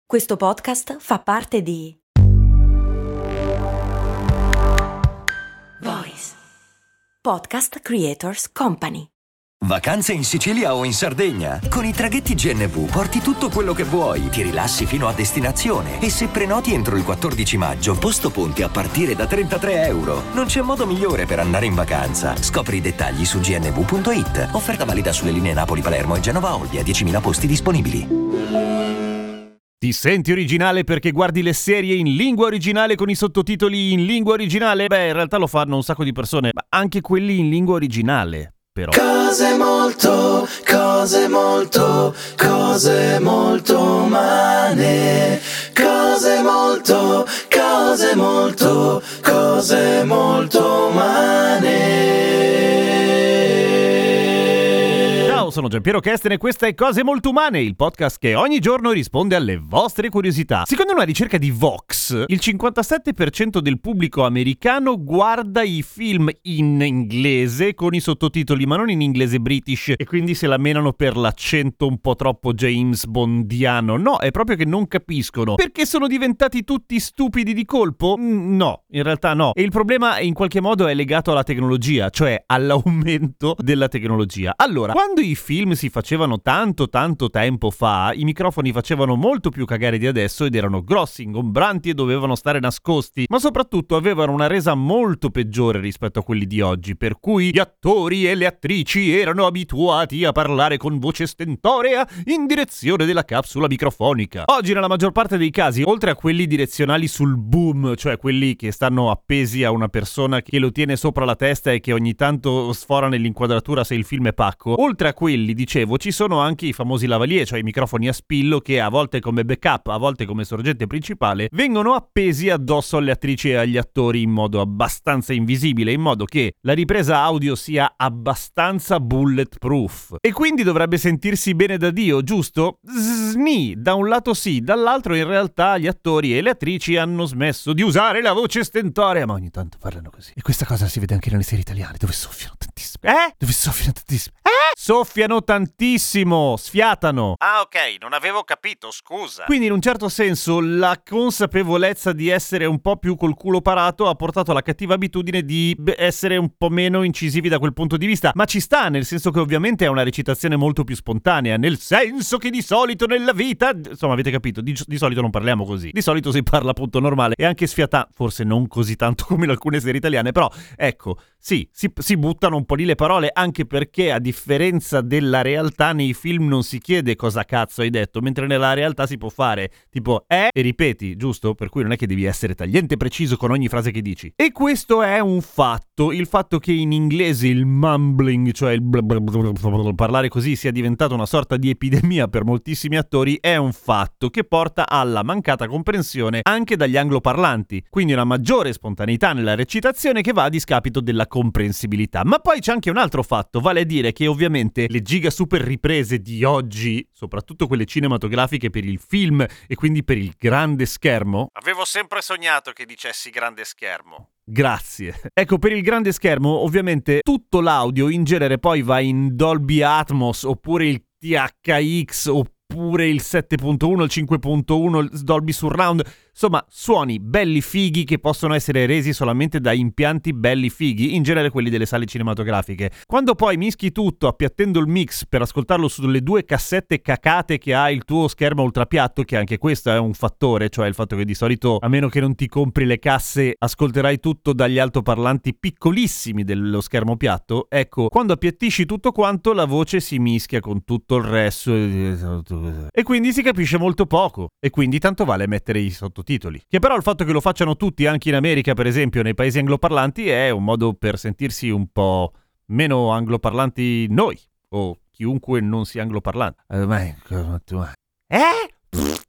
Questo podcast fa parte di Voice Podcast Creators Company. Vacanze in Sicilia o in Sardegna? Con i traghetti GNV porti tutto quello che vuoi, ti rilassi fino a destinazione e se prenoti entro il 14 maggio, posto ponti a partire da €33. Non c'è modo migliore per andare in vacanza. Scopri i dettagli su gnv.it. Offerta valida sulle linee Napoli-Palermo e Genova-Olbia, 10.000 posti disponibili. Ti senti originale perché guardi le serie in lingua originale con i sottotitoli in lingua originale? Beh, in realtà lo fanno un sacco di persone, ma anche quelli in lingua originale, però. Cose molto umane. Cose molto umane. Ciao, sono Giampiero Kesten e questa è Cose Molto Umane, il podcast che ogni giorno risponde alle vostre curiosità. Secondo una ricerca di Vox, il 57% del pubblico americano guarda i film in inglese con i sottotitoli, ma non in inglese british, e quindi se la menano per l'accento un po' troppo James Bondiano. No, è proprio che non capiscono. Perché sono diventati tutti stupidi di colpo? No, in realtà no. E il problema in qualche modo è legato alla tecnologia, cioè all'aumento della tecnologia. Allora, quando i film si facevano tanto tempo fa, i microfoni facevano molto più cagare di adesso ed erano grossi, ingombranti e dovevano stare nascosti, ma soprattutto avevano una resa molto peggiore rispetto a quelli di oggi, per cui gli attori e le attrici erano abituati a parlare con voce stentorea in direzione della capsula microfonica. Oggi nella maggior parte dei casi, oltre a quelli direzionali sul boom, cioè quelli che stanno appesi a una persona che lo tiene sopra la testa e che ogni tanto sfora nell'inquadratura se il film è pacco, oltre a quelli, dicevo, ci sono anche i famosi lavalier, cioè i microfoni a spillo che a volte come backup, a volte come sorgente principale, vengono appesi addosso alle attrici e agli attori in modo abbastanza invisibile, in modo che la ripresa audio sia abbastanza bulletproof. E quindi dovrebbe sentirsi bene da Dio, giusto? Sni, da un lato sì, dall'altro in realtà gli attori e le attrici hanno smesso di usare la voce stentorea, ma ogni tanto parlano così. E questa cosa si vede anche nelle serie italiane, dove soffiano tantissimo. Dove soffiano tantissimo. Soffiano tantissimo, sfiatano. Ah, ok, non avevo capito, scusa. Quindi in un certo senso la consapevolezza di essere un po' più col culo parato ha portato alla cattiva abitudine di essere un po' meno incisivi da quel punto di vista, ma ci sta, nel senso che ovviamente è una recitazione molto più spontanea, nel senso che di solito nella vita, insomma avete capito, di solito non parliamo così, di solito si parla appunto normale e anche forse non così tanto come in alcune serie italiane, però ecco, sì, si buttano un po' lì le parole, anche perché a differenza della realtà nei film non si chiede cosa cazzo hai detto, mentre nella realtà si può fare tipo e ripeti, giusto? Per cui non è che devi essere tagliente preciso con ogni frase che dici. E questo è un fatto, il fatto che in inglese il mumbling, cioè il parlare così, sia diventato una sorta di epidemia per moltissimi attori, è un fatto che porta alla mancata comprensione anche dagli angloparlanti, quindi una maggiore spontaneità nella recitazione che va a discapito della comprensibilità. Ma poi c'è anche un altro fatto, vale a dire che ovviamente le giga super riprese di oggi, soprattutto quelle cinematografiche per il film e quindi per il grande schermo. Avevo sempre sognato che dicessi grande schermo. Grazie. Ecco, per il grande schermo ovviamente tutto l'audio in genere poi va in Dolby Atmos oppure il THX oppure il 7.1, il 5.1, il Dolby Surround. Insomma, suoni belli fighi che possono essere resi solamente da impianti belli fighi, in genere quelli delle sale cinematografiche. Quando poi mischi tutto appiattendo il mix per ascoltarlo sulle due cassette cacate che ha il tuo schermo ultrapiatto, che anche questo è un fattore, cioè il fatto che di solito, a meno che non ti compri le casse, ascolterai tutto dagli altoparlanti piccolissimi dello schermo piatto. Ecco, quando appiattisci tutto quanto, la voce si mischia con tutto il resto e quindi si capisce molto poco, e quindi tanto vale mettere i sottotitoli. Che però il fatto che lo facciano tutti anche in America, per esempio nei paesi angloparlanti, è un modo per sentirsi un po' meno angloparlanti noi o chiunque non sia angloparlante.